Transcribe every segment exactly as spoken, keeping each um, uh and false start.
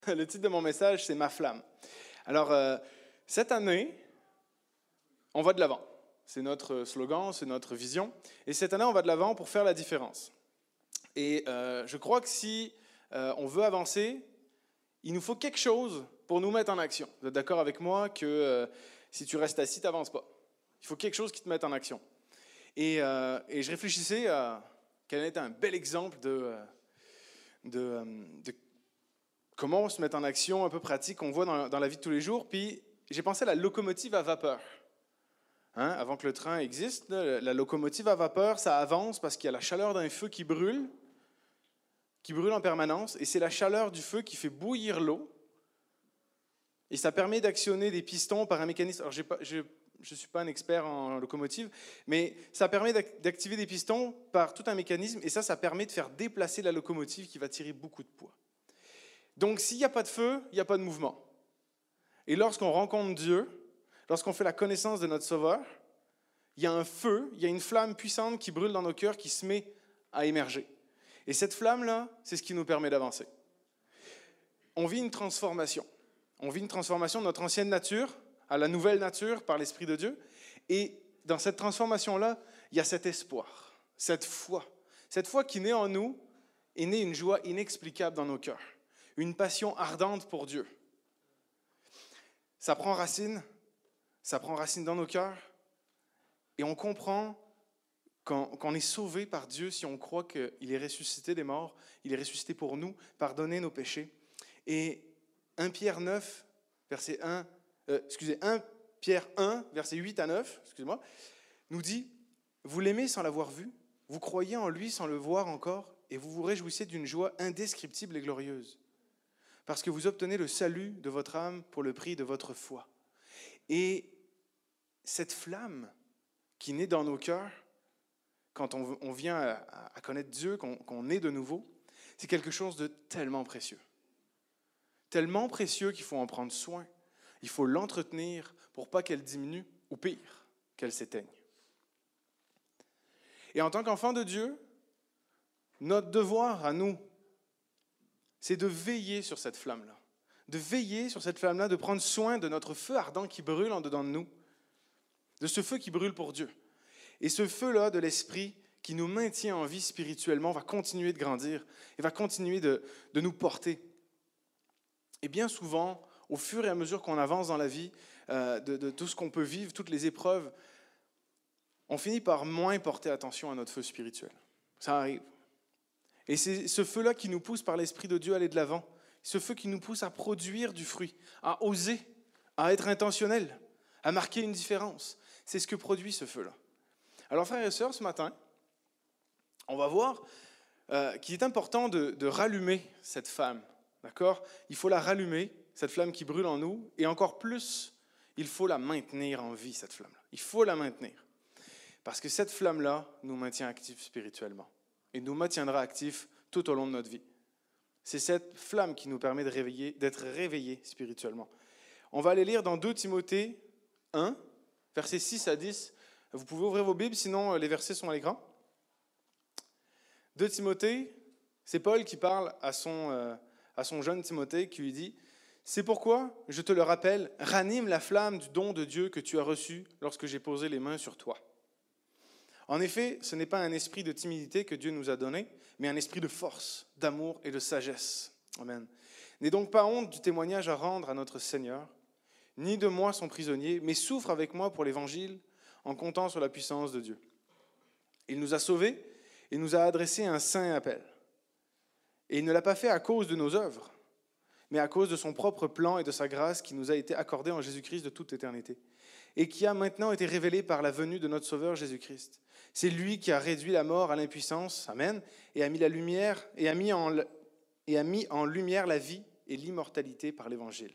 Le titre de mon message, c'est « Ma flamme ». Alors, euh, cette année, on va de l'avant. C'est notre slogan, c'est notre vision. Et cette année, on va de l'avant pour faire la différence. Et euh, je crois que si euh, on veut avancer, il nous faut quelque chose pour nous mettre en action. Vous êtes d'accord avec moi que euh, si tu restes assis, tu n'avances pas. Il faut quelque chose qui te mette en action. Et, euh, et je réfléchissais à quel était un bel exemple de, de, de comment se mettre en action un peu pratique qu'on voit dans, dans la vie de tous les jours. Puis j'ai pensé à la locomotive à vapeur. Hein, avant que le train existe, là, la locomotive à vapeur, ça avance parce qu'il y a la chaleur d'un feu qui brûle, qui brûle en permanence, et c'est la chaleur du feu qui fait bouillir l'eau. Et ça permet d'actionner des pistons par un mécanisme. Alors, j'ai pas, je ne suis pas un expert en locomotive, mais ça permet d'activer des pistons par tout un mécanisme, et ça, ça permet de faire déplacer la locomotive qui va tirer beaucoup de poids. Donc, s'il n'y a pas de feu, il n'y a pas de mouvement. Et lorsqu'on rencontre Dieu, lorsqu'on fait la connaissance de notre Sauveur, il y a un feu, il y a une flamme puissante qui brûle dans nos cœurs, qui se met à émerger. Et cette flamme-là, c'est ce qui nous permet d'avancer. On vit une transformation. On vit une transformation de notre ancienne nature à la nouvelle nature par l'Esprit de Dieu. Et dans cette transformation-là, il y a cet espoir, cette foi. Cette foi qui naît en nous est née une joie inexplicable dans nos cœurs, une passion ardente pour Dieu. Ça prend racine, ça prend racine dans nos cœurs, et on comprend qu'on, qu'on est sauvé par Dieu si on croit qu'il est ressuscité des morts, il est ressuscité pour nous, pardonner nos péchés. Et un Pierre neuf, verset un, euh, excusez, un Pierre un, verset huit à neuf, excusez-moi, nous dit « Vous l'aimez sans l'avoir vu, vous croyez en lui sans le voir encore, et vous vous réjouissez d'une joie indescriptible et glorieuse, parce que vous obtenez le salut de votre âme pour le prix de votre foi. » Et cette flamme qui naît dans nos cœurs, quand on, on vient à, à connaître Dieu, qu'on, qu'on est de nouveau, c'est quelque chose de tellement précieux. Tellement précieux qu'il faut en prendre soin. Il faut l'entretenir pour pas qu'elle diminue, ou pire, qu'elle s'éteigne. Et en tant qu'enfant de Dieu, notre devoir à nous, c'est de veiller sur cette flamme-là. De veiller sur cette flamme-là, de prendre soin de notre feu ardent qui brûle en dedans de nous, de ce feu qui brûle pour Dieu. Et ce feu-là de l'esprit qui nous maintient en vie spirituellement va continuer de grandir et va continuer de, de nous porter. Et bien souvent, au fur et à mesure qu'on avance dans la vie, euh, de, de tout ce qu'on peut vivre, toutes les épreuves, on finit par moins porter attention à notre feu spirituel. Ça arrive. Et c'est ce feu-là qui nous pousse par l'Esprit de Dieu à aller de l'avant. Ce feu qui nous pousse à produire du fruit, à oser, à être intentionnel, à marquer une différence. C'est ce que produit ce feu-là. Alors frères et sœurs, ce matin, on va voir euh, qu'il est important de, de rallumer cette flamme. D'accord ? Il faut la rallumer, cette flamme qui brûle en nous, et encore plus, il faut la maintenir en vie, cette flamme-là. Il faut la maintenir. Parce que cette flamme-là nous maintient actifs spirituellement et nous maintiendra actifs tout au long de notre vie. C'est cette flamme qui nous permet de réveiller, d'être réveillés spirituellement. On va aller lire dans deux Timothée un, versets six à dix. Vous pouvez ouvrir vos Bibles, sinon les versets sont à l'écran. deux Timothée, c'est Paul qui parle à son... Euh, à son jeune Timothée qui lui dit « C'est pourquoi, je te le rappelle, ranime la flamme du don de Dieu que tu as reçu lorsque j'ai posé les mains sur toi. En effet, ce n'est pas un esprit de timidité que Dieu nous a donné, mais un esprit de force, d'amour et de sagesse. Amen. N'aie donc pas honte du témoignage à rendre à notre Seigneur, ni de moi son prisonnier, mais souffre avec moi pour l'Évangile en comptant sur la puissance de Dieu. Il nous a sauvés et nous a adressé un saint appel. Et il ne l'a pas fait à cause de nos œuvres, mais à cause de son propre plan et de sa grâce qui nous a été accordée en Jésus-Christ de toute éternité, et qui a maintenant été révélée par la venue de notre Sauveur Jésus-Christ. C'est lui qui a réduit la mort à l'impuissance, amen, et a mis la lumière et a mis en, et a mis en lumière la vie et l'immortalité par l'Évangile.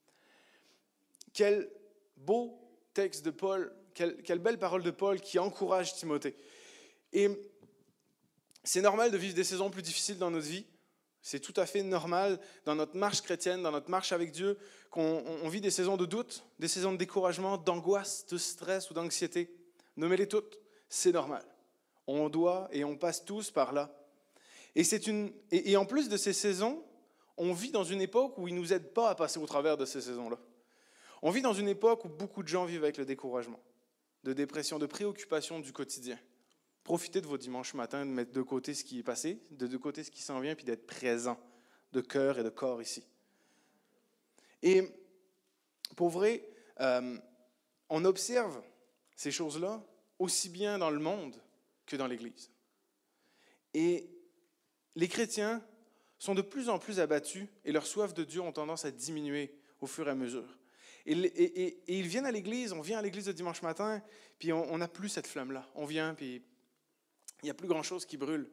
Quel beau texte de Paul, quelle, quelle belle parole de Paul qui encourage Timothée. Et c'est normal de vivre des saisons plus difficiles dans notre vie. C'est tout à fait normal dans notre marche chrétienne, dans notre marche avec Dieu, qu'on on vit des saisons de doute, des saisons de découragement, d'angoisse, de stress ou d'anxiété. Nommez-les toutes, c'est normal. On doit et on passe tous par là. Et, c'est une, et, et en plus de ces saisons, on vit dans une époque où il ne nous aide pas à passer au travers de ces saisons-là. On vit dans une époque où beaucoup de gens vivent avec le découragement, de dépression, de préoccupation du quotidien. Profitez de vos dimanches matins, de mettre de côté ce qui est passé, de de côté ce qui s'en vient, puis d'être présent de cœur et de corps ici. Et pour vrai, euh, on observe ces choses-là aussi bien dans le monde que dans l'Église. Et les chrétiens sont de plus en plus abattus et leur soif de Dieu ont tendance à diminuer au fur et à mesure. Et, et, et, et ils viennent à l'église, on vient à l'église le dimanche matin, puis on n'a plus cette flamme-là. On vient, puis il n'y a plus grand-chose qui brûle.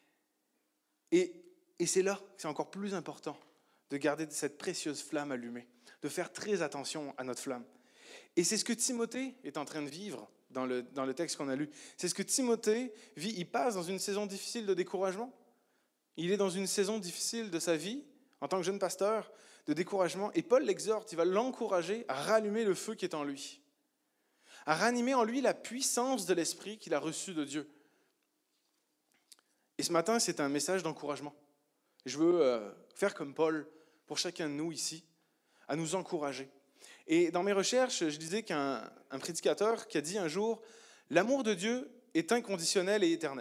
Et, et c'est là que c'est encore plus important de garder cette précieuse flamme allumée, de faire très attention à notre flamme. Et c'est ce que Timothée est en train de vivre dans le, dans le texte qu'on a lu. C'est ce que Timothée vit. Il passe dans une saison difficile de découragement. Il est dans une saison difficile de sa vie, en tant que jeune pasteur, de découragement. Et Paul l'exhorte, il va l'encourager à rallumer le feu qui est en lui, à ranimer en lui la puissance de l'esprit qu'il a reçu de Dieu. Et ce matin, c'est un message d'encouragement. Je veux euh, faire comme Paul, pour chacun de nous ici, à nous encourager. Et dans mes recherches, je disais qu'un un prédicateur qui a dit un jour « L'amour de Dieu est inconditionnel et éternel ».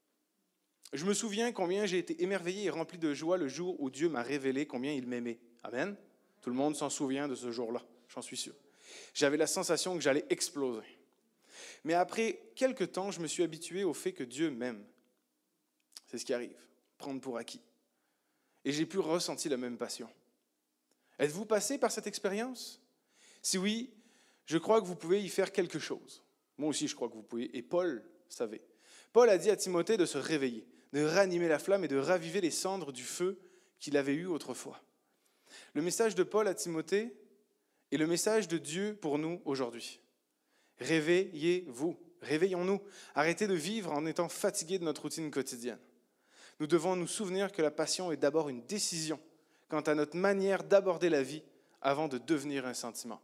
Je me souviens combien j'ai été émerveillé et rempli de joie le jour où Dieu m'a révélé combien il m'aimait. Amen. Tout le monde s'en souvient de ce jour-là, j'en suis sûr. J'avais la sensation que j'allais exploser. Mais après quelques temps, je me suis habitué au fait que Dieu m'aime. C'est ce qui arrive, prendre pour acquis. Et j'ai pu ressentir la même passion. Êtes-vous passé par cette expérience? Si oui, je crois que vous pouvez y faire quelque chose. Moi aussi, je crois que vous pouvez. Et Paul savait. Paul a dit à Timothée de se réveiller, de ranimer la flamme et de raviver les cendres du feu qu'il avait eu autrefois. Le message de Paul à Timothée est le message de Dieu pour nous aujourd'hui. Réveillez-vous, réveillons-nous. Arrêtez de vivre en étant fatigués de notre routine quotidienne. Nous devons nous souvenir que la passion est d'abord une décision quant à notre manière d'aborder la vie avant de devenir un sentiment.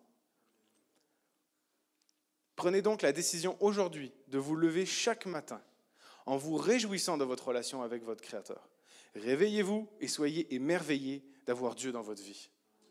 Prenez donc la décision aujourd'hui de vous lever chaque matin en vous réjouissant de votre relation avec votre Créateur. Réveillez-vous et soyez émerveillés d'avoir Dieu dans votre vie.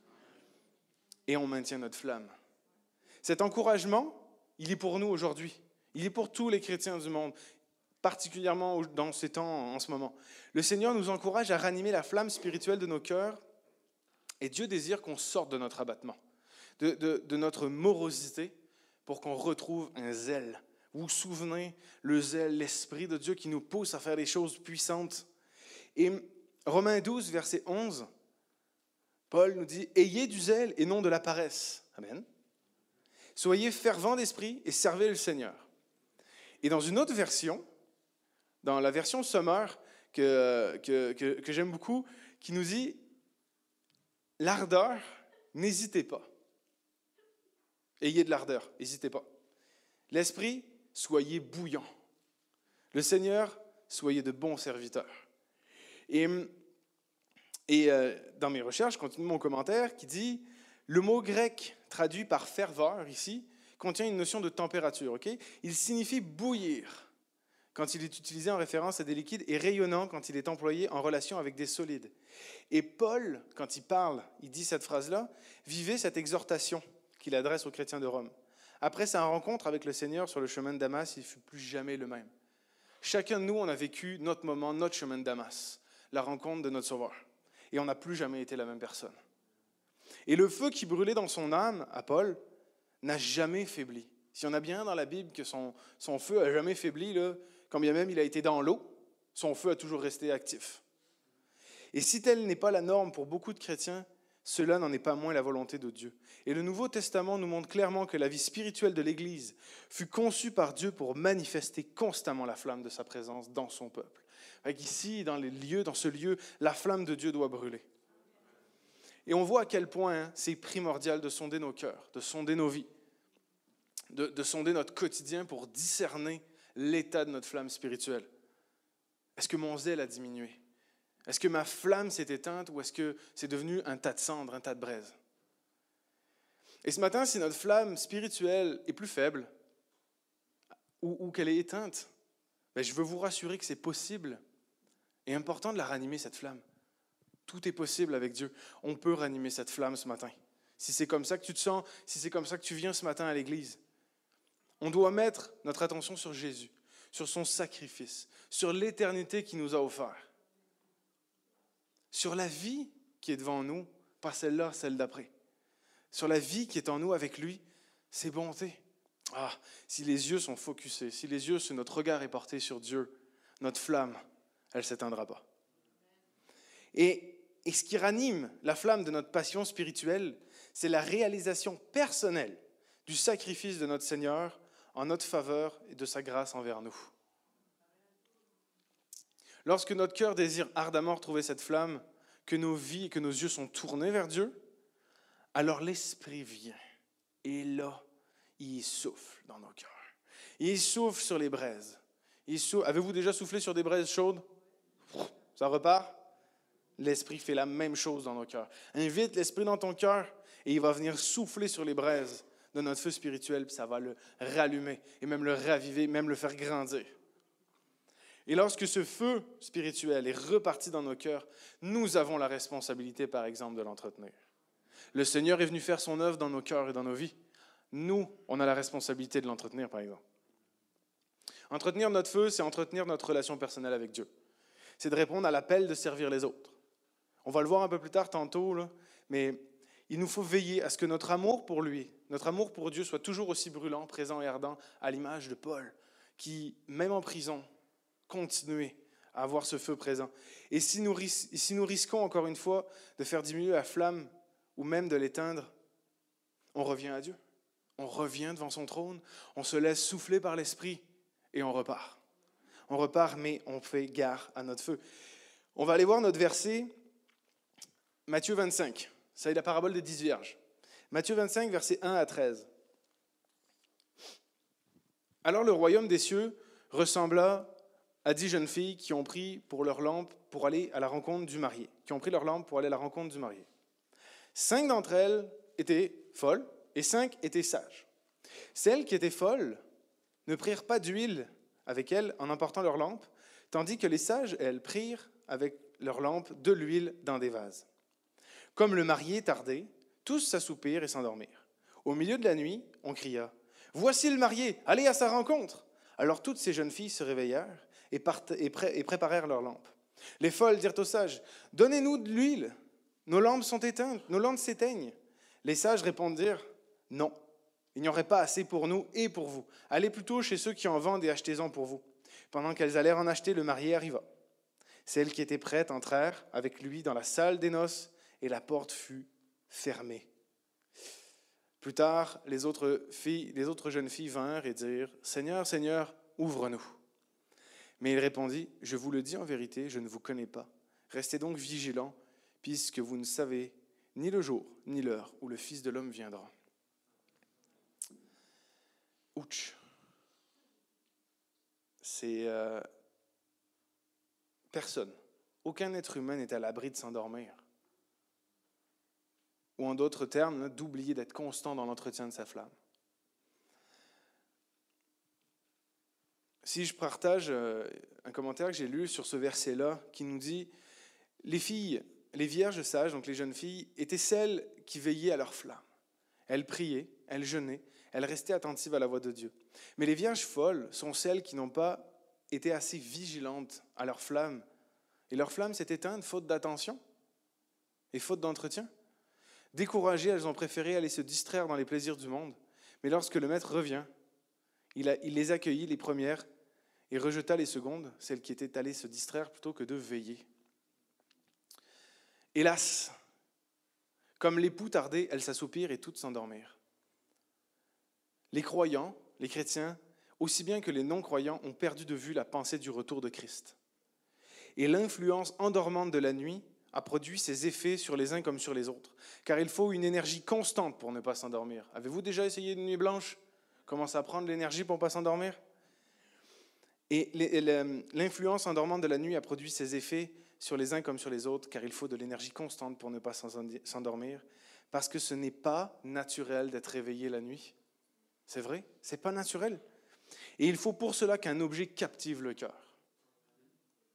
Et on maintient notre flamme. Cet encouragement, il est pour nous aujourd'hui. Il est pour tous les chrétiens du monde, particulièrement dans ces temps en ce moment. Le Seigneur nous encourage à ranimer la flamme spirituelle de nos cœurs et Dieu désire qu'on sorte de notre abattement, de, de, de notre morosité pour qu'on retrouve un zèle. Vous vous souvenez, le zèle, l'Esprit de Dieu qui nous pousse à faire des choses puissantes. Et Romains douze, verset onze, Paul nous dit « Ayez du zèle et non de la paresse. » Amen. « Soyez fervents d'esprit et servez le Seigneur. » Et dans une autre version, dans la version Summer que, que, que, que j'aime beaucoup, qui nous dit « L'ardeur, n'hésitez pas. » Ayez de l'ardeur, n'hésitez pas. L'esprit, soyez bouillant. Le Seigneur, soyez de bons serviteurs. Et, et euh, dans mes recherches, je continue mon commentaire qui dit « Le mot grec traduit par ferveur ici contient une notion de température. Okay? Il signifie bouillir quand il est utilisé en référence à des liquides et rayonnant quand il est employé en relation avec des solides. » Et Paul, quand il parle, il dit cette phrase-là, « Vivez cette exhortation qu'il adresse aux chrétiens de Rome. » Après sa rencontre avec le Seigneur sur le chemin de Damas, il ne fut plus jamais le même. Chacun de nous, on a vécu notre moment, notre chemin de Damas, la rencontre de notre Sauveur. Et on n'a plus jamais été la même personne. Et le feu qui brûlait dans son âme, à Paul, n'a jamais faibli. S'il y en a bien dans la Bible que son, son feu n'a jamais faibli, là, quand bien même il a été dans l'eau, son feu a toujours resté actif. Et si telle n'est pas la norme pour beaucoup de chrétiens, cela n'en est pas moins la volonté de Dieu. Et le Nouveau Testament nous montre clairement que la vie spirituelle de l'Église fut conçue par Dieu pour manifester constamment la flamme de sa présence dans son peuple. Ici, dans les lieux, dans ce lieu, la flamme de Dieu doit brûler. Et on voit à quel point hein, c'est primordial de sonder nos cœurs, de sonder nos vies, de, de sonder notre quotidien pour discerner l'état de notre flamme spirituelle. Est-ce que mon zèle a diminué? Est-ce que ma flamme s'est éteinte ou est-ce que c'est devenu un tas de cendres, un tas de braises? Et ce matin, si notre flamme spirituelle est plus faible ou, ou qu'elle est éteinte, ben je veux vous rassurer que c'est possible et important de la ranimer, cette flamme. Tout est possible avec Dieu. On peut ranimer cette flamme ce matin. Si c'est comme ça que tu te sens, si c'est comme ça que tu viens ce matin à l'église, on doit mettre notre attention sur Jésus, sur son sacrifice, sur l'éternité qu'il nous a offert, sur la vie qui est devant nous, pas celle-là, celle d'après, sur la vie qui est en nous avec lui, ses bontés. Ah, si les yeux sont focusés, si les yeux, si notre regard est porté sur Dieu, notre flamme, elle ne s'éteindra pas. Et, et ce qui ranime la flamme de notre passion spirituelle, c'est la réalisation personnelle du sacrifice de notre Seigneur en notre faveur et de sa grâce envers nous. Lorsque notre cœur désire ardemment retrouver cette flamme, que nos vies et que nos yeux sont tournés vers Dieu, alors l'Esprit vient. Et là, il souffle dans nos cœurs. Il souffle sur les braises. Il souffle. Avez-vous déjà soufflé sur des braises chaudes? Ça repart? L'Esprit fait la même chose dans nos cœurs. Invite l'Esprit dans ton cœur et il va venir souffler sur les braises de notre feu spirituel, puis ça va le rallumer et même le raviver, même le faire grandir. Et lorsque ce feu spirituel est reparti dans nos cœurs, nous avons la responsabilité, par exemple, de l'entretenir. Le Seigneur est venu faire son œuvre dans nos cœurs et dans nos vies. Nous, on a la responsabilité de l'entretenir, par exemple. Entretenir notre feu, c'est entretenir notre relation personnelle avec Dieu. C'est de répondre à l'appel de servir les autres. On va le voir un peu plus tard tantôt, là, mais il nous faut veiller à ce que notre amour pour lui, notre amour pour Dieu soit toujours aussi brûlant, présent et ardent, à l'image de Paul, qui, même en prison, continuait à avoir ce feu présent. Et si nous, ris- si nous risquons, encore une fois, de faire diminuer la flamme ou même de l'éteindre, on revient à Dieu. On revient devant son trône, on se laisse souffler par l'Esprit et on repart. On repart, mais on fait gare à notre feu. On va aller voir notre verset, Matthieu vingt-cinq. C'est la parabole des dix vierges. Matthieu vingt-cinq, versets un à treize. Alors le royaume des cieux ressembla à dix jeunes filles qui ont pris pour leur lampe pour aller à la rencontre du marié. Qui ont pris leur lampe pour aller à la rencontre du marié. Cinq d'entre elles étaient folles et cinq étaient sages. Celles qui étaient folles ne prirent pas d'huile avec elles en emportant leur lampe, tandis que les sages, elles, prirent avec leur lampe de l'huile dans des vases. Comme le marié tardait, tous s'assoupirent et s'endormirent. Au milieu de la nuit, on cria « Voici le marié, allez à sa rencontre !» Alors toutes ces jeunes filles se réveillèrent et, part- et, pré- et préparèrent leurs lampes. Les folles dirent aux sages « Donnez-nous de l'huile, nos lampes sont éteintes, nos lampes s'éteignent. » Les sages répondirent « Non, il n'y aurait pas assez pour nous et pour vous. Allez plutôt chez ceux qui en vendent et achetez-en pour vous. » Pendant qu'elles allèrent en acheter, le marié arriva. Celles qui étaient prêtes entrèrent avec lui dans la salle des noces et la porte fut fermée. Plus tard, les autres, filles, les autres jeunes filles vinrent et dirent « Seigneur, Seigneur, ouvre-nous. » Mais il répondit « Je vous le dis en vérité, je ne vous connais pas. Restez donc vigilants, puisque vous ne savez ni le jour, ni l'heure où le Fils de l'homme viendra. » Ouch! C'est... Euh, personne, aucun être humain n'est à l'abri de s'endormir. Ou en d'autres termes, d'oublier d'être constant dans l'entretien de sa flamme. Si je partage un commentaire que j'ai lu sur ce verset-là, qui nous dit « Les filles, les vierges sages, donc les jeunes filles, étaient celles qui veillaient à leur flamme. Elles priaient, elles jeûnaient, elles restaient attentives à la voix de Dieu. Mais les vierges folles sont celles qui n'ont pas été assez vigilantes à leur flamme. Et leur flamme s'est éteinte faute d'attention et faute d'entretien. Découragées, elles ont préféré aller se distraire dans les plaisirs du monde. Mais lorsque le maître revient, il, a, il les accueillit, les premières, et rejeta les secondes, celles qui étaient allées se distraire plutôt que de veiller. Hélas, comme l'époux tardait, elles s'assoupirent et toutes s'endormirent. Les croyants, les chrétiens, aussi bien que les non-croyants, ont perdu de vue la pensée du retour de Christ. Et l'influence endormante de la nuit a produit ses effets sur les uns comme sur les autres. Car il faut une énergie constante pour ne pas s'endormir. Avez-vous déjà essayé une nuit blanche? Commencez à prendre l'énergie pour ne pas s'endormir? Et l'influence endormante de la nuit a produit ses effets sur les uns comme sur les autres, car il faut de l'énergie constante pour ne pas s'endormir, parce que ce n'est pas naturel d'être réveillé la nuit. C'est vrai, c'est pas naturel. Et il faut pour cela qu'un objet captive le cœur.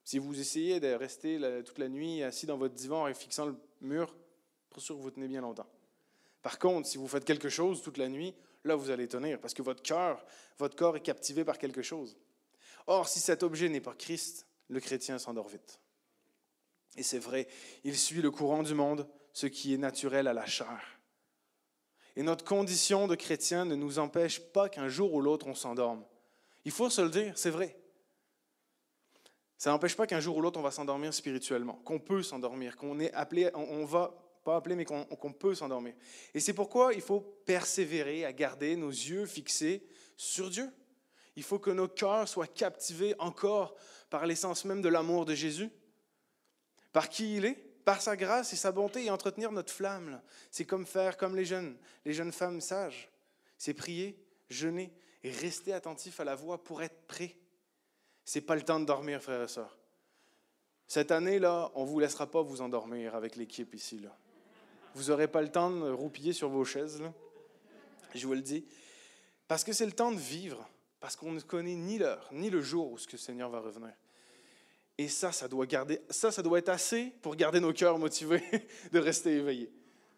Si vous essayez de rester la, toute la nuit assis dans votre divan en fixant le mur, pas sûr que vous tenez bien longtemps. Par contre, si vous faites quelque chose toute la nuit, là, vous allez tenir parce que votre cœur, votre corps est captivé par quelque chose. Or, si cet objet n'est pas Christ, le chrétien s'endort vite. Et c'est vrai, il suit le courant du monde, ce qui est naturel à la chair. Et notre condition de chrétien ne nous empêche pas qu'un jour ou l'autre, on s'endorme. Il faut se le dire, c'est vrai. Ça n'empêche pas qu'un jour ou l'autre, on va s'endormir spirituellement, qu'on peut s'endormir, qu'on est appelé, on, on va, pas appelé, mais qu'on, qu'on peut s'endormir. Et c'est pourquoi il faut persévérer à garder nos yeux fixés sur Dieu. Il faut que nos cœurs soient captivés encore par l'essence même de l'amour de Jésus, par qui il est, par sa grâce et sa bonté, et entretenir notre flamme. Là. C'est comme faire comme les jeunes, les jeunes femmes sages. C'est prier, jeûner et rester attentif à la voix pour être prêt. Ce n'est pas le temps de dormir, frères et sœurs. Cette année-là, on ne vous laissera pas vous endormir avec l'équipe ici. Là. Vous n'aurez pas le temps de roupiller sur vos chaises. Là. Je vous le dis. Parce que c'est le temps de vivre. Parce qu'on ne connaît ni l'heure, ni le jour où ce que le Seigneur va revenir. Et ça, ça doit, garder, ça, ça doit être assez pour garder nos cœurs motivés de rester éveillés.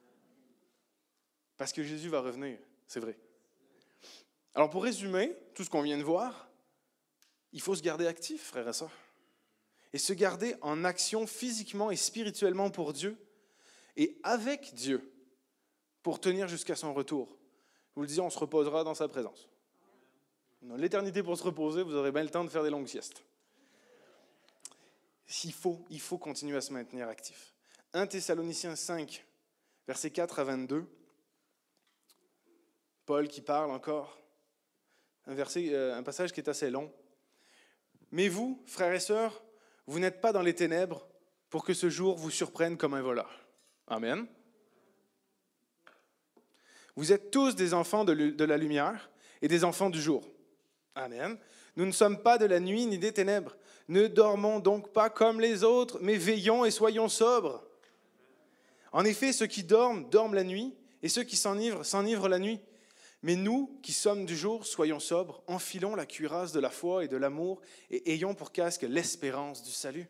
Parce que Jésus va revenir, c'est vrai. Alors pour résumer tout ce qu'on vient de voir, il faut se garder actif, frères et sœurs. Et se garder en action physiquement et spirituellement pour Dieu et avec Dieu pour tenir jusqu'à son retour. Je vous le dis, on se reposera dans sa présence. On a l'éternité pour se reposer, vous aurez bien le temps de faire des longues siestes. Il faut, il faut continuer à se maintenir actif. premier Thessaloniciens cinq, versets quatre à vingt-deux. Paul qui parle encore. Un, verset, un passage qui est assez long. Mais vous, frères et sœurs, vous n'êtes pas dans les ténèbres pour que ce jour vous surprenne comme un voleur. Amen. Vous êtes tous des enfants de, de la lumière et des enfants du jour. Amen. Nous ne sommes pas de la nuit ni des ténèbres. Ne dormons donc pas comme les autres, mais veillons et soyons sobres. En effet, ceux qui dorment, dorment la nuit, et ceux qui s'enivrent, s'enivrent la nuit. Mais nous, qui sommes du jour, soyons sobres, enfilons la cuirasse de la foi et de l'amour, et ayons pour casque l'espérance du salut.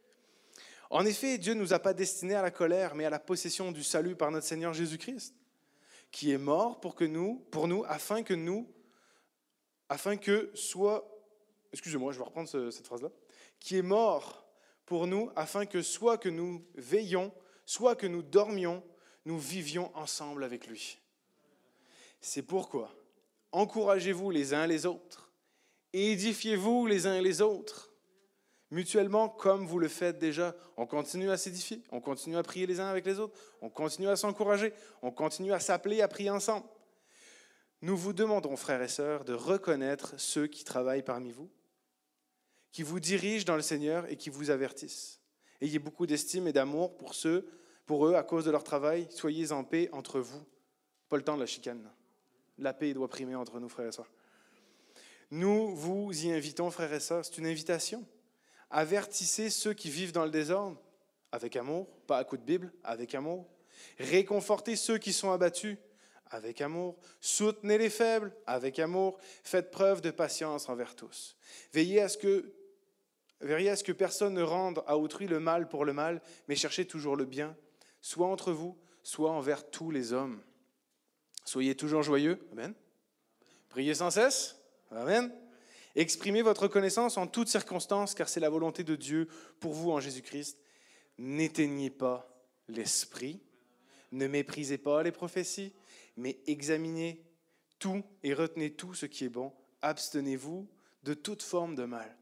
En effet, Dieu ne nous a pas destinés à la colère, mais à la possession du salut par notre Seigneur Jésus-Christ, qui est mort pour, que nous, pour nous, afin que nous, afin que soit, excusez-moi, je vais reprendre ce, cette phrase-là, qui est mort pour nous, afin que soit que nous veillions, soit que nous dormions, nous vivions ensemble avec lui. C'est pourquoi, encouragez-vous les uns les autres, et édifiez-vous les uns les autres, mutuellement comme vous le faites déjà. On continue à s'édifier, on continue à prier les uns avec les autres, on continue à s'encourager, on continue à s'appeler à prier ensemble. Nous vous demandons, frères et sœurs, de reconnaître ceux qui travaillent parmi vous, qui vous dirigent dans le Seigneur et qui vous avertissent. Ayez beaucoup d'estime et d'amour pour ceux, pour eux, à cause de leur travail. Soyez en paix entre vous. Pas le temps de la chicane. La paix doit primer entre nous, frères et sœurs. Nous vous y invitons, frères et sœurs. C'est une invitation. Avertissez ceux qui vivent dans le désordre, avec amour, pas à coup de Bible, avec amour. Réconfortez ceux qui sont abattus, avec amour. Soutenez les faibles, avec amour. Faites preuve de patience envers tous. Veillez à ce que, veillez à ce que personne ne rende à autrui le mal pour le mal, mais cherchez toujours le bien, soit entre vous, soit envers tous les hommes. Soyez toujours joyeux. Amen. Priez sans cesse. Amen. Exprimez votre reconnaissance en toutes circonstances, car c'est la volonté de Dieu pour vous en Jésus-Christ. N'éteignez pas l'esprit, ne méprisez pas les prophéties, mais examinez tout et retenez tout ce qui est bon. Abstenez-vous de toute forme de mal.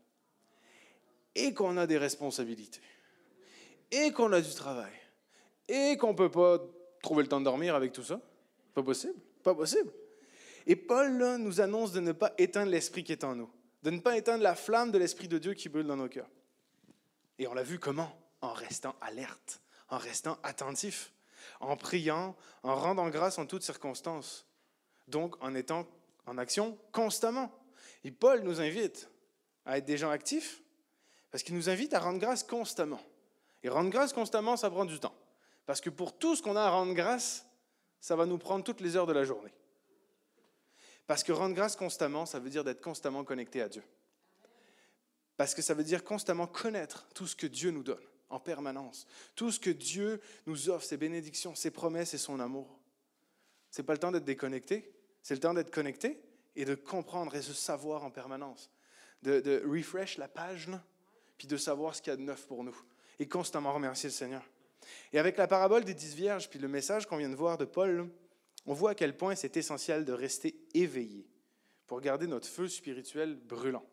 Et qu'on a des responsabilités, et qu'on a du travail, et qu'on ne peut pas trouver le temps de dormir avec tout ça. Pas possible, pas possible. Et Paul là, nous annonce de ne pas éteindre l'esprit qui est en nous, de ne pas éteindre la flamme de l'Esprit de Dieu qui brûle dans nos cœurs. Et on l'a vu comment? En restant alerte, en restant attentif, en priant, en rendant grâce en toutes circonstances. Donc en étant en action constamment. Et Paul nous invite à être des gens actifs parce qu'il nous invite à rendre grâce constamment. Et rendre grâce constamment, ça prend du temps. Parce que pour tout ce qu'on a à rendre grâce, ça va nous prendre toutes les heures de la journée. Parce que rendre grâce constamment, ça veut dire d'être constamment connecté à Dieu. Parce que ça veut dire constamment connaître tout ce que Dieu nous donne en permanence. Tout ce que Dieu nous offre, ses bénédictions, ses promesses et son amour. Ce n'est pas le temps d'être déconnecté, c'est le temps d'être connecté et de comprendre et de savoir en permanence. De, de refresh la page, là, puis de savoir ce qu'il y a de neuf pour nous. Et constamment remercier le Seigneur. Et avec la parabole des dix vierges, puis le message qu'on vient de voir de Paul, là, on voit à quel point c'est essentiel de rester éveillé pour garder notre feu spirituel brûlant.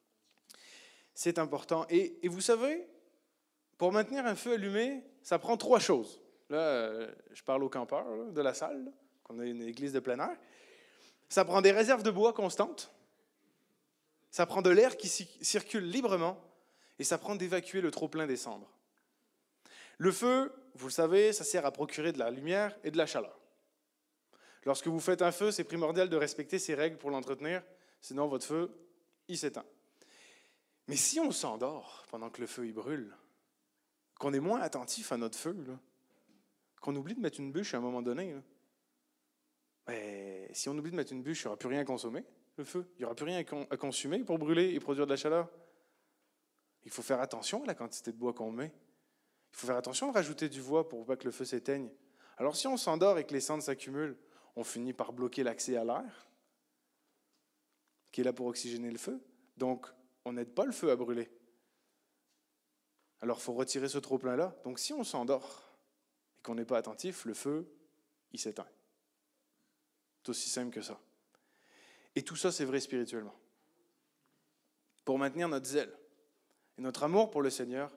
C'est important. Et, et vous savez, pour maintenir un feu allumé, ça prend trois choses. Là, euh, je parle aux campeurs là, de la salle, là, qu'on a une église de plein air. Ça prend des réserves de bois constantes. Ça prend de l'air qui circule librement. Et ça prend d'évacuer le trop-plein des cendres. Le feu, vous le savez, ça sert à procurer de la lumière et de la chaleur. Lorsque vous faites un feu, c'est primordial de respecter ces règles pour l'entretenir, sinon votre feu, il s'éteint. Mais si on s'endort pendant que le feu il brûle, qu'on est moins attentif à notre feu, là, qu'on oublie de mettre une bûche à un moment donné, là, ben, si on oublie de mettre une bûche, il n'y aura plus rien à consommer, le feu. Il n'y aura plus rien à, con- à consumer pour brûler et produire de la chaleur. Il faut faire attention à la quantité de bois qu'on met. Il faut faire attention à rajouter du bois pour pas que le feu s'éteigne. Alors si on s'endort et que les cendres s'accumulent, on finit par bloquer l'accès à l'air, qui est là pour oxygéner le feu. Donc, on n'aide pas le feu à brûler. Alors, il faut retirer ce trop-plein-là. Donc, si on s'endort et qu'on n'est pas attentif, le feu, il s'éteint. C'est aussi simple que ça. Et tout ça, c'est vrai spirituellement. Pour maintenir notre zèle et notre amour pour le Seigneur,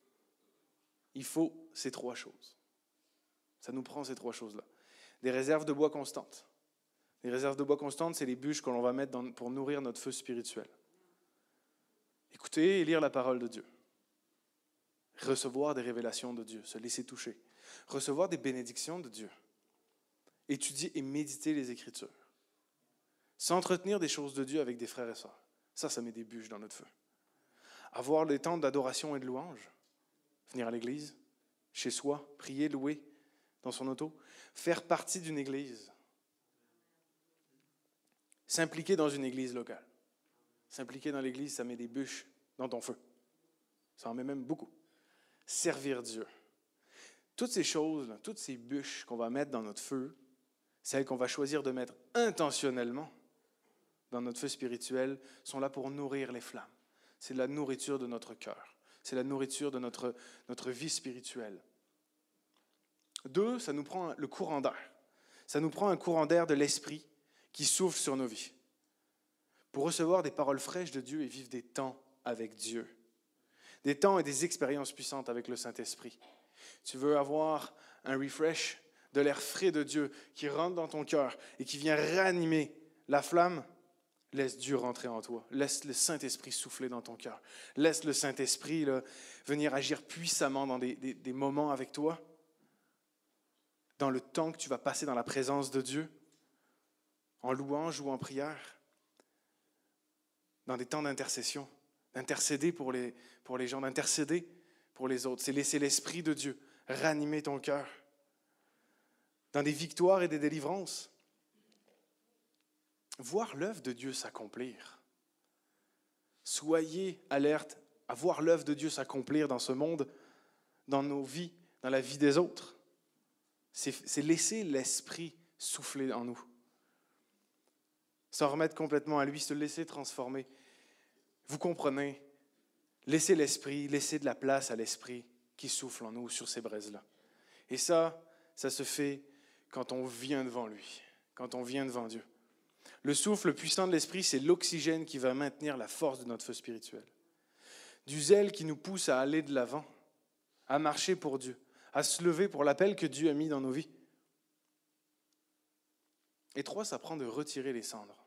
il faut ces trois choses. Ça nous prend ces trois choses-là. Des réserves de bois constantes. Les réserves de bois constantes, c'est les bûches que l'on va mettre dans, pour nourrir notre feu spirituel. Écouter et lire la parole de Dieu. Recevoir des révélations de Dieu, se laisser toucher. Recevoir des bénédictions de Dieu. Étudier et méditer les Écritures. S'entretenir des choses de Dieu avec des frères et sœurs. Ça, ça met des bûches dans notre feu. Avoir des temps d'adoration et de louange. Venir à l'église, chez soi, prier, louer, dans son auto. Faire partie d'une église. S'impliquer dans une église locale. S'impliquer dans l'église, ça met des bûches dans ton feu. Ça en met même beaucoup. Servir Dieu. Toutes ces choses, toutes ces bûches qu'on va mettre dans notre feu, celles qu'on va choisir de mettre intentionnellement dans notre feu spirituel, sont là pour nourrir les flammes. C'est la nourriture de notre cœur. C'est la nourriture de notre, notre vie spirituelle. Deux, ça nous prend le courant d'air. Ça nous prend un courant d'air de l'esprit qui souffle sur nos vies. Pour recevoir des paroles fraîches de Dieu et vivre des temps avec Dieu. Des temps et des expériences puissantes avec le Saint-Esprit. Tu veux avoir un refresh de l'air frais de Dieu qui rentre dans ton cœur et qui vient ranimer la flamme? Laisse Dieu rentrer en toi. Laisse le Saint-Esprit souffler dans ton cœur. Laisse le Saint-Esprit là, venir agir puissamment dans des, des, des moments avec toi. Dans le temps que tu vas passer dans la présence de Dieu. En louange ou en prière. Dans des temps d'intercession. D'intercéder pour les, pour les gens. D'intercéder pour les autres. C'est laisser l'Esprit de Dieu ranimer ton cœur. Dans des victoires et des délivrances. Voir l'œuvre de Dieu s'accomplir. Soyez alertes à voir l'œuvre de Dieu s'accomplir dans ce monde, dans nos vies, dans la vie des autres. C'est, c'est laisser l'Esprit souffler en nous. S'en remettre complètement à lui, se laisser transformer. Vous comprenez? Laissez l'Esprit, laissez de la place à l'Esprit qui souffle en nous sur ces braises-là. Et ça, ça se fait quand on vient devant lui, quand on vient devant Dieu. Le souffle puissant de l'Esprit, c'est l'oxygène qui va maintenir la force de notre feu spirituel. Du zèle qui nous pousse à aller de l'avant, à marcher pour Dieu, à se lever pour l'appel que Dieu a mis dans nos vies. Et trois, ça prend de retirer les cendres.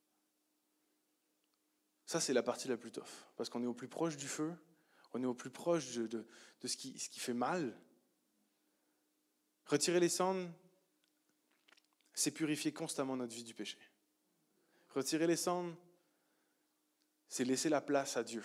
Ça, c'est la partie la plus tough, parce qu'on est au plus proche du feu, on est au plus proche de, de, de ce, qui, ce qui fait mal. Retirer les cendres, c'est purifier constamment notre vie du péché. Retirer les cendres, c'est laisser la place à Dieu.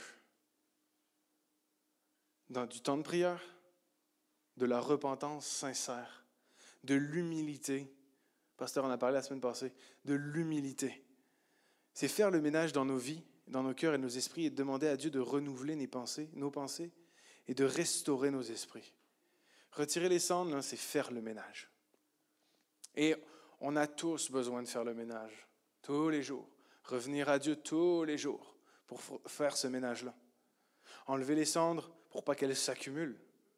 Dans du temps de prière, de la repentance sincère, de l'humilité. Le pasteur en a parlé la semaine passée, de l'humilité. C'est faire le ménage dans nos vies, dans nos cœurs et nos esprits et de demander à Dieu de renouveler nos pensées, nos pensées et de restaurer nos esprits. Retirer les cendres, là, c'est faire le ménage. Et on a tous besoin de faire le ménage, tous les jours. Revenir à Dieu tous les jours pour faire ce ménage-là. Enlever les cendres pour pas qu'elles s'accumulent.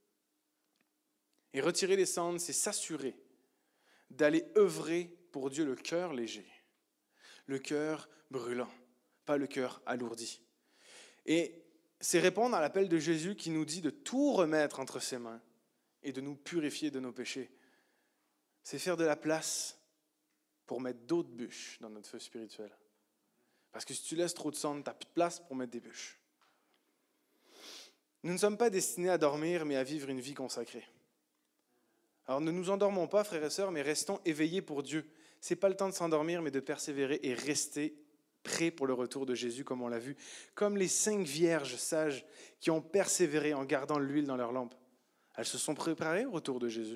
Et retirer les cendres, c'est s'assurer d'aller œuvrer pour Dieu le cœur léger, le cœur brûlant, pas le cœur alourdi. Et c'est répondre à l'appel de Jésus qui nous dit de tout remettre entre ses mains et de nous purifier de nos péchés. C'est faire de la place pour mettre d'autres bûches dans notre feu spirituel. Parce que si tu laisses trop de cendres, tu n'as plus de place pour mettre des bûches. Nous ne sommes pas destinés à dormir, mais à vivre une vie consacrée. Alors ne nous endormons pas, frères et sœurs, mais restons éveillés pour Dieu. Ce n'est pas le temps de s'endormir, mais de persévérer et rester prêts pour le retour de Jésus, comme on l'a vu. Comme les cinq vierges sages qui ont persévéré en gardant l'huile dans leurs lampes. Elles se sont préparées au retour de Jésus.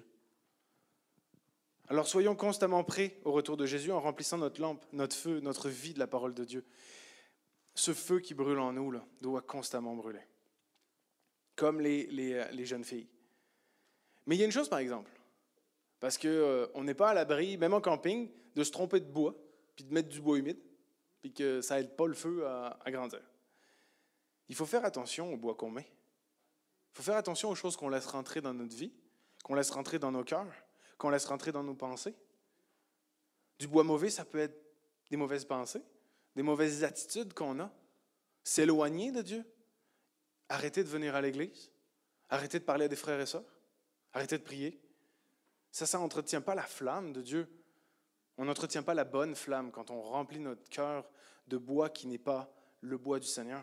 Alors soyons constamment prêts au retour de Jésus en remplissant notre lampe, notre feu, notre vie de la parole de Dieu. Ce feu qui brûle en nous là, doit constamment brûler. Comme les, les, les jeunes filles. Mais il y a une chose par exemple, parce qu'on euh, n'est pas à l'abri, même en camping, de se tromper de bois, puis de mettre du bois humide, puis que ça n'aide pas le feu à, à grandir. Il faut faire attention au bois qu'on met. Il faut faire attention aux choses qu'on laisse rentrer dans notre vie, qu'on laisse rentrer dans nos cœurs, qu'on laisse rentrer dans nos pensées. Du bois mauvais, ça peut être des mauvaises pensées, des mauvaises attitudes qu'on a. S'éloigner de Dieu. Arrêter de venir à l'église. Arrêter de parler à des frères et sœurs. Arrêter de prier. Ça, ça n'entretient pas la flamme de Dieu. On n'entretient pas la bonne flamme quand on remplit notre cœur de bois qui n'est pas le bois du Seigneur.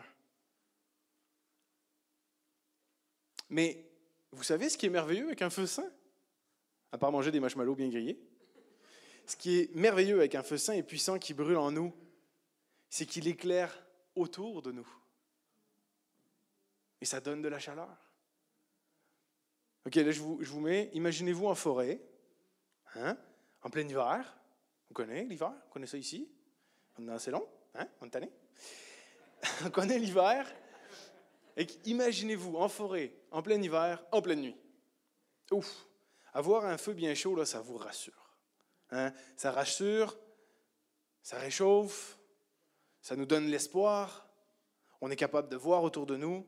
Mais vous savez ce qui est merveilleux avec un feu saint? À part manger des marshmallows bien grillés. Ce qui est merveilleux avec un feu saint et puissant qui brûle en nous, c'est qu'il éclaire autour de nous. Et ça donne de la chaleur. Ok, là je vous, je vous mets, imaginez-vous en forêt, hein, en plein hiver. On connaît l'hiver, on connaît ça ici. On est assez long, hein, on est tanné. On connaît l'hiver. Et imaginez-vous en forêt, en plein hiver, en pleine nuit. Ouf! Avoir un feu bien chaud, là, ça vous rassure. Hein? Ça rassure, ça réchauffe, ça nous donne l'espoir. On est capable de voir autour de nous.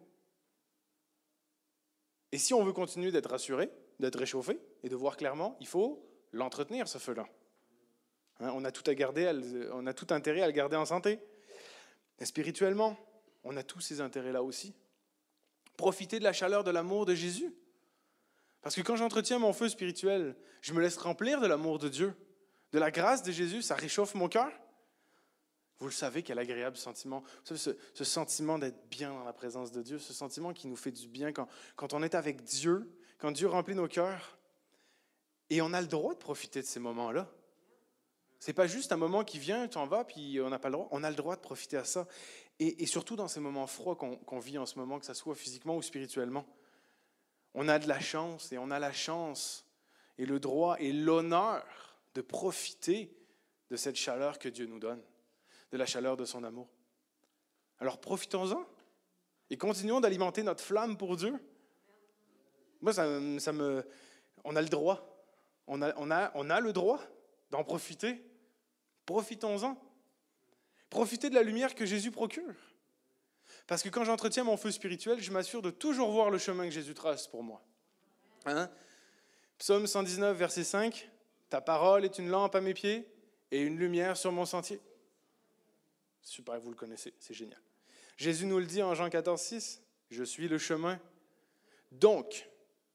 Et si on veut continuer d'être rassuré, d'être réchauffé et de voir clairement, il faut l'entretenir, ce feu-là. Hein? On a tout à garder, on a tout intérêt à le garder en santé. Et spirituellement, on a tous ces intérêts-là aussi. Profiter de la chaleur de l'amour de Jésus. Parce que quand j'entretiens mon feu spirituel, je me laisse remplir de l'amour de Dieu, de la grâce de Jésus, ça réchauffe mon cœur. Vous le savez, quel agréable sentiment. Vous savez, ce, ce sentiment d'être bien dans la présence de Dieu, ce sentiment qui nous fait du bien quand, quand on est avec Dieu, quand Dieu remplit nos cœurs. Et on a le droit de profiter de ces moments-là. C'est pas juste un moment qui vient, tu en vas, puis on n'a pas le droit. On a le droit de profiter à ça. Et, et surtout dans ces moments froids qu'on, qu'on vit en ce moment, que ce soit physiquement ou spirituellement. On a de la chance et on a la chance et le droit et l'honneur de profiter de cette chaleur que Dieu nous donne, de la chaleur de son amour. Alors profitons-en et continuons d'alimenter notre flamme pour Dieu. Moi, ça, ça me, on a le droit, on a, on a, on a le droit d'en profiter. Profitons-en. Profitez de la lumière que Jésus procure. Parce que quand j'entretiens mon feu spirituel, je m'assure de toujours voir le chemin que Jésus trace pour moi. Hein? Psaume cent dix-neuf, verset cinq. « Ta parole est une lampe à mes pieds et une lumière sur mon sentier. » Super, vous le connaissez, c'est génial. Jésus nous le dit en Jean quatorze, six. « Je suis le chemin. » Donc,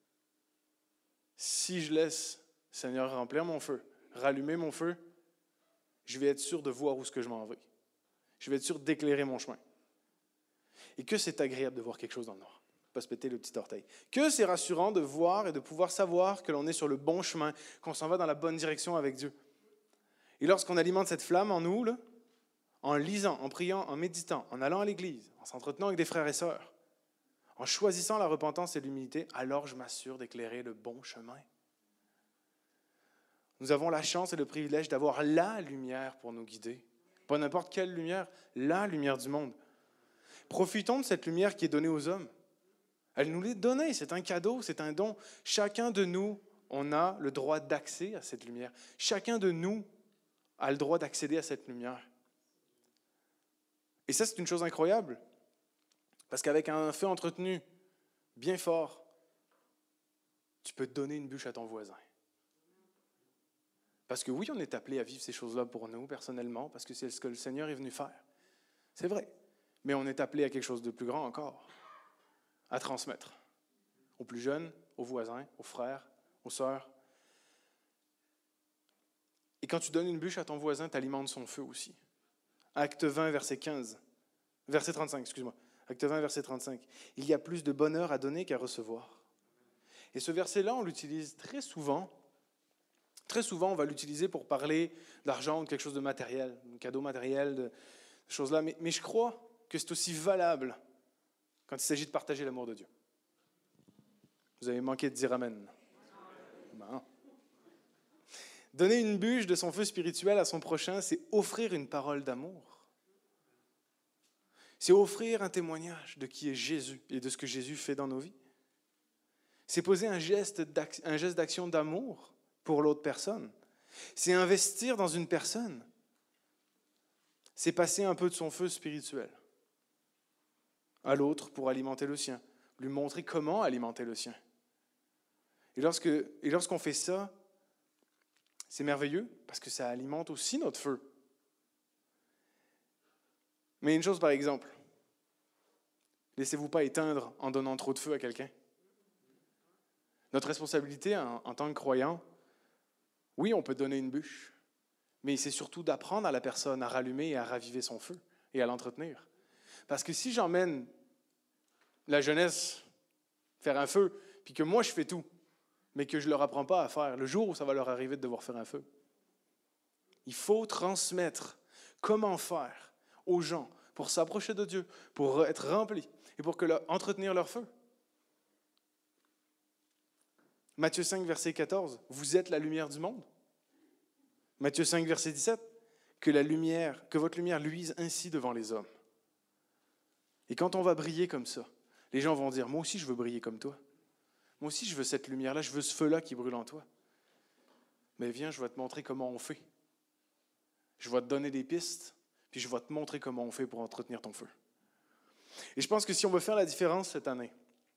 si je laisse Seigneur remplir mon feu, rallumer mon feu, je vais être sûr de voir où est-ce que je m'en vais. Je vais être sûr d'éclairer mon chemin. Et que c'est agréable de voir quelque chose dans le noir. Pas se péter le petit orteil. Que c'est rassurant de voir et de pouvoir savoir que l'on est sur le bon chemin, qu'on s'en va dans la bonne direction avec Dieu. Et lorsqu'on alimente cette flamme en nous, là, en lisant, en priant, en méditant, en allant à l'église, en s'entretenant avec des frères et sœurs, en choisissant la repentance et l'humilité, alors je m'assure d'éclairer le bon chemin. Nous avons la chance et le privilège d'avoir la lumière pour nous guider. Pas n'importe quelle lumière, la lumière du monde. Profitons de cette lumière qui est donnée aux hommes. Elle nous l'est donnée, c'est un cadeau, c'est un don. Chacun de nous, on a le droit d'accès à cette lumière. Chacun de nous a le droit d'accéder à cette lumière. Et ça, c'est une chose incroyable, parce qu'avec un feu entretenu bien fort, tu peux donner une bûche à ton voisin. Parce que oui, on est appelé à vivre ces choses-là pour nous, personnellement, parce que c'est ce que le Seigneur est venu faire. C'est vrai. Mais on est appelé à quelque chose de plus grand encore, à transmettre aux plus jeunes, aux voisins, aux frères, aux sœurs. Et quand tu donnes une bûche à ton voisin, tu alimentes son feu aussi. Acte vingt, verset quinze. Verset trente-cinq, excuse-moi. Acte vingt, verset trente-cinq. Il y a plus de bonheur à donner qu'à recevoir. Et ce verset-là, on l'utilise très souvent. Très souvent, on va l'utiliser pour parler d'argent ou de quelque chose de matériel, un cadeau matériel, de choses-là. Mais, mais je crois que c'est aussi valable quand il s'agit de partager l'amour de Dieu. Vous avez manqué de dire amen. Ben. Donner une bûche de son feu spirituel à son prochain, c'est offrir une parole d'amour. C'est offrir un témoignage de qui est Jésus et de ce que Jésus fait dans nos vies. C'est poser un geste d'action, un geste d'action d'amour pour l'autre personne. C'est investir dans une personne. C'est passer un peu de son feu spirituel à l'autre pour alimenter le sien, lui montrer comment alimenter le sien. Et, lorsque, et lorsqu'on fait ça, c'est merveilleux parce que ça alimente aussi notre feu. Mais une chose par exemple, laissez-vous pas éteindre en donnant trop de feu à quelqu'un. Notre responsabilité en, en tant que croyant, oui, on peut donner une bûche, mais c'est surtout d'apprendre à la personne à rallumer et à raviver son feu et à l'entretenir. Parce que si j'emmène la jeunesse faire un feu, puis que moi je fais tout, mais que je ne leur apprends pas à faire, le jour où ça va leur arriver de devoir faire un feu, il faut transmettre comment faire aux gens pour s'approcher de Dieu, pour être remplis et pour que leur, entretenir leur feu. Matthieu cinq, verset quatorze, vous êtes la lumière du monde. Matthieu cinq, verset dix-sept, que la lumière, que votre lumière luise ainsi devant les hommes. Et quand on va briller comme ça, les gens vont dire, moi aussi je veux briller comme toi. Moi aussi je veux cette lumière-là, je veux ce feu-là qui brûle en toi. Mais viens, je vais te montrer comment on fait. Je vais te donner des pistes, puis je vais te montrer comment on fait pour entretenir ton feu. Et je pense que si on veut faire la différence cette année,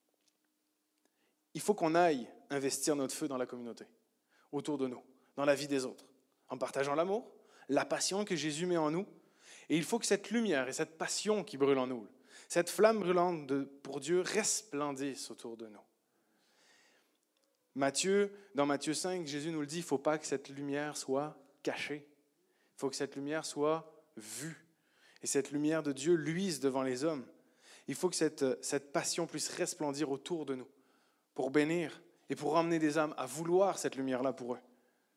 il faut qu'on aille investir notre feu dans la communauté, autour de nous, dans la vie des autres, en partageant l'amour, la passion que Jésus met en nous. Et il faut que cette lumière et cette passion qui brûle en nous, cette flamme brûlante de, pour Dieu resplendisse autour de nous. Matthieu, dans Matthieu cinq, Jésus nous le dit, il ne faut pas que cette lumière soit cachée. Il faut que cette lumière soit vue. Et cette lumière de Dieu luise devant les hommes. Il faut que cette, cette passion puisse resplendir autour de nous pour bénir et pour emmener des âmes à vouloir cette lumière-là pour eux.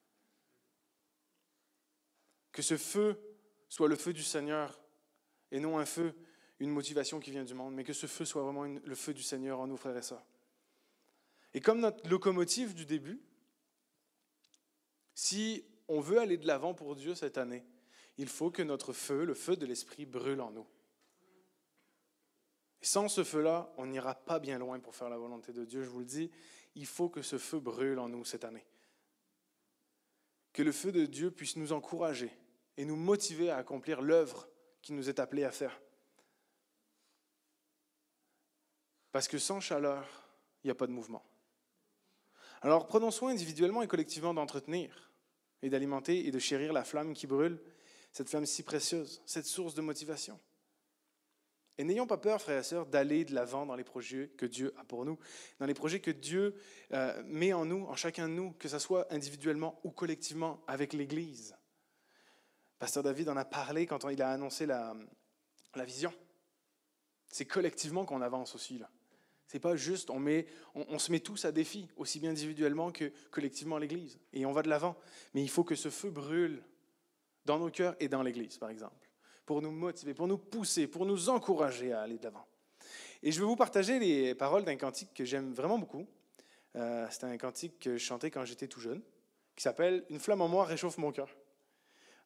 Que ce feu soit le feu du Seigneur et non un feu, une motivation qui vient du monde, mais que ce feu soit vraiment une, le feu du Seigneur en nous, frères et sœurs. Et comme notre locomotive du début, si on veut aller de l'avant pour Dieu cette année, il faut que notre feu, le feu de l'Esprit, brûle en nous. Et sans ce feu-là, on n'ira pas bien loin pour faire la volonté de Dieu, je vous le dis. Il faut que ce feu brûle en nous cette année. Que le feu de Dieu puisse nous encourager et nous motiver à accomplir l'œuvre qui nous est appelée à faire. Parce que sans chaleur, il n'y a pas de mouvement. Alors prenons soin individuellement et collectivement d'entretenir et d'alimenter et de chérir la flamme qui brûle, cette flamme si précieuse, cette source de motivation. Et n'ayons pas peur, frères et sœurs, d'aller de l'avant dans les projets que Dieu a pour nous, dans les projets que Dieu euh, met en nous, en chacun de nous, que ce soit individuellement ou collectivement avec l'Église. Pasteur David en a parlé quand on, il a annoncé la, la vision. C'est collectivement qu'on avance aussi, là. C'est pas juste, on, met, on, on se met tous à défi, aussi bien individuellement que collectivement à l'Église. Et on va de l'avant. Mais il faut que ce feu brûle dans nos cœurs et dans l'Église, par exemple, pour nous motiver, pour nous pousser, pour nous encourager à aller de l'avant. Et je vais vous partager les paroles d'un cantique que j'aime vraiment beaucoup. Euh, c'est un cantique que je chantais quand j'étais tout jeune, qui s'appelle « Une flamme en moi réchauffe mon cœur ».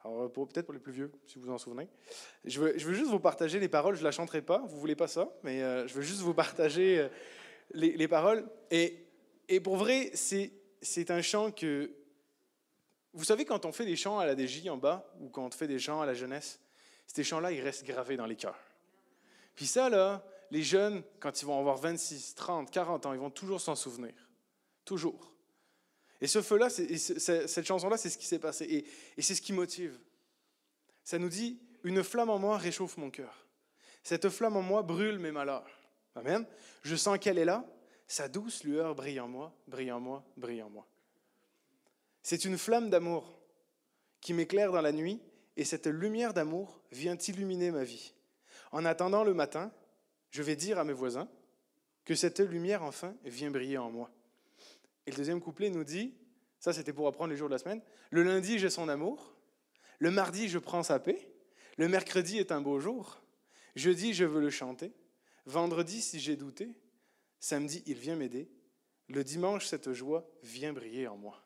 Alors, pour- peut-être pour les plus vieux, si vous vous en souvenez. Je veux, je veux juste vous partager les paroles, je ne la chanterai pas, vous ne voulez pas ça, mais euh, je veux juste vous partager euh, les, les paroles. Et, et pour vrai, c'est, c'est un chant que... Vous savez, quand on fait des chants à la D J en bas, ou quand on fait des chants à la jeunesse, ces chants-là, ils restent gravés dans les cœurs. Puis ça, là, les jeunes, quand ils vont avoir vingt-six, trente, quarante ans, ils vont toujours s'en souvenir. Toujours. Et ce feu-là, c'est, c'est, cette chanson-là, c'est ce qui s'est passé. Et, et c'est ce qui motive. Ça nous dit, une flamme en moi réchauffe mon cœur. Cette flamme en moi brûle mes malheurs. Amen. Je sens qu'elle est là. Sa douce lueur brille en moi, brille en moi, brille en moi. C'est une flamme d'amour qui m'éclaire dans la nuit, et cette lumière d'amour vient illuminer ma vie. En attendant le matin, je vais dire à mes voisins que cette lumière, enfin, vient briller en moi. Et le deuxième couplet nous dit, ça c'était pour apprendre les jours de la semaine, le lundi, j'ai son amour, le mardi, je prends sa paix, le mercredi est un beau jour, jeudi, je veux le chanter, vendredi, si j'ai douté, samedi, il vient m'aider, le dimanche, cette joie vient briller en moi.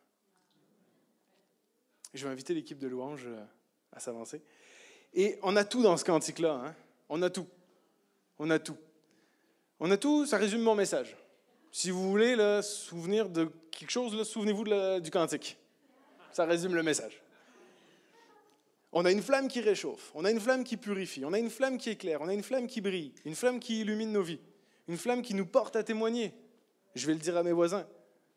Je vais inviter l'équipe de louange à s'avancer. Et on a tout dans ce cantique-là. Hein? On a tout. On a tout. On a tout, ça résume mon message. Si vous voulez là, souvenir de quelque chose, là, souvenez-vous de la, du cantique. Ça résume le message. On a une flamme qui réchauffe, on a une flamme qui purifie, on a une flamme qui éclaire, on a une flamme qui brille, une flamme qui illumine nos vies, une flamme qui nous porte à témoigner. Je vais le dire à mes voisins.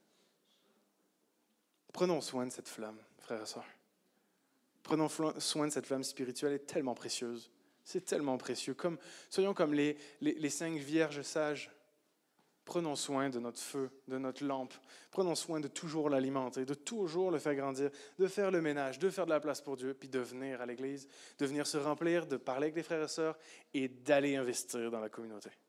Prenons soin de cette flamme, frères et sœurs. Prenons soin de cette flamme spirituelle, elle est tellement précieuse. C'est tellement précieux. Comme, soyons comme les, les, les cinq vierges sages. Prenons soin de notre feu, de notre lampe. Prenons soin de toujours l'alimenter, de toujours le faire grandir, de faire le ménage, de faire de la place pour Dieu, puis de venir à l'église, de venir se remplir, de parler avec les frères et sœurs et d'aller investir dans la communauté.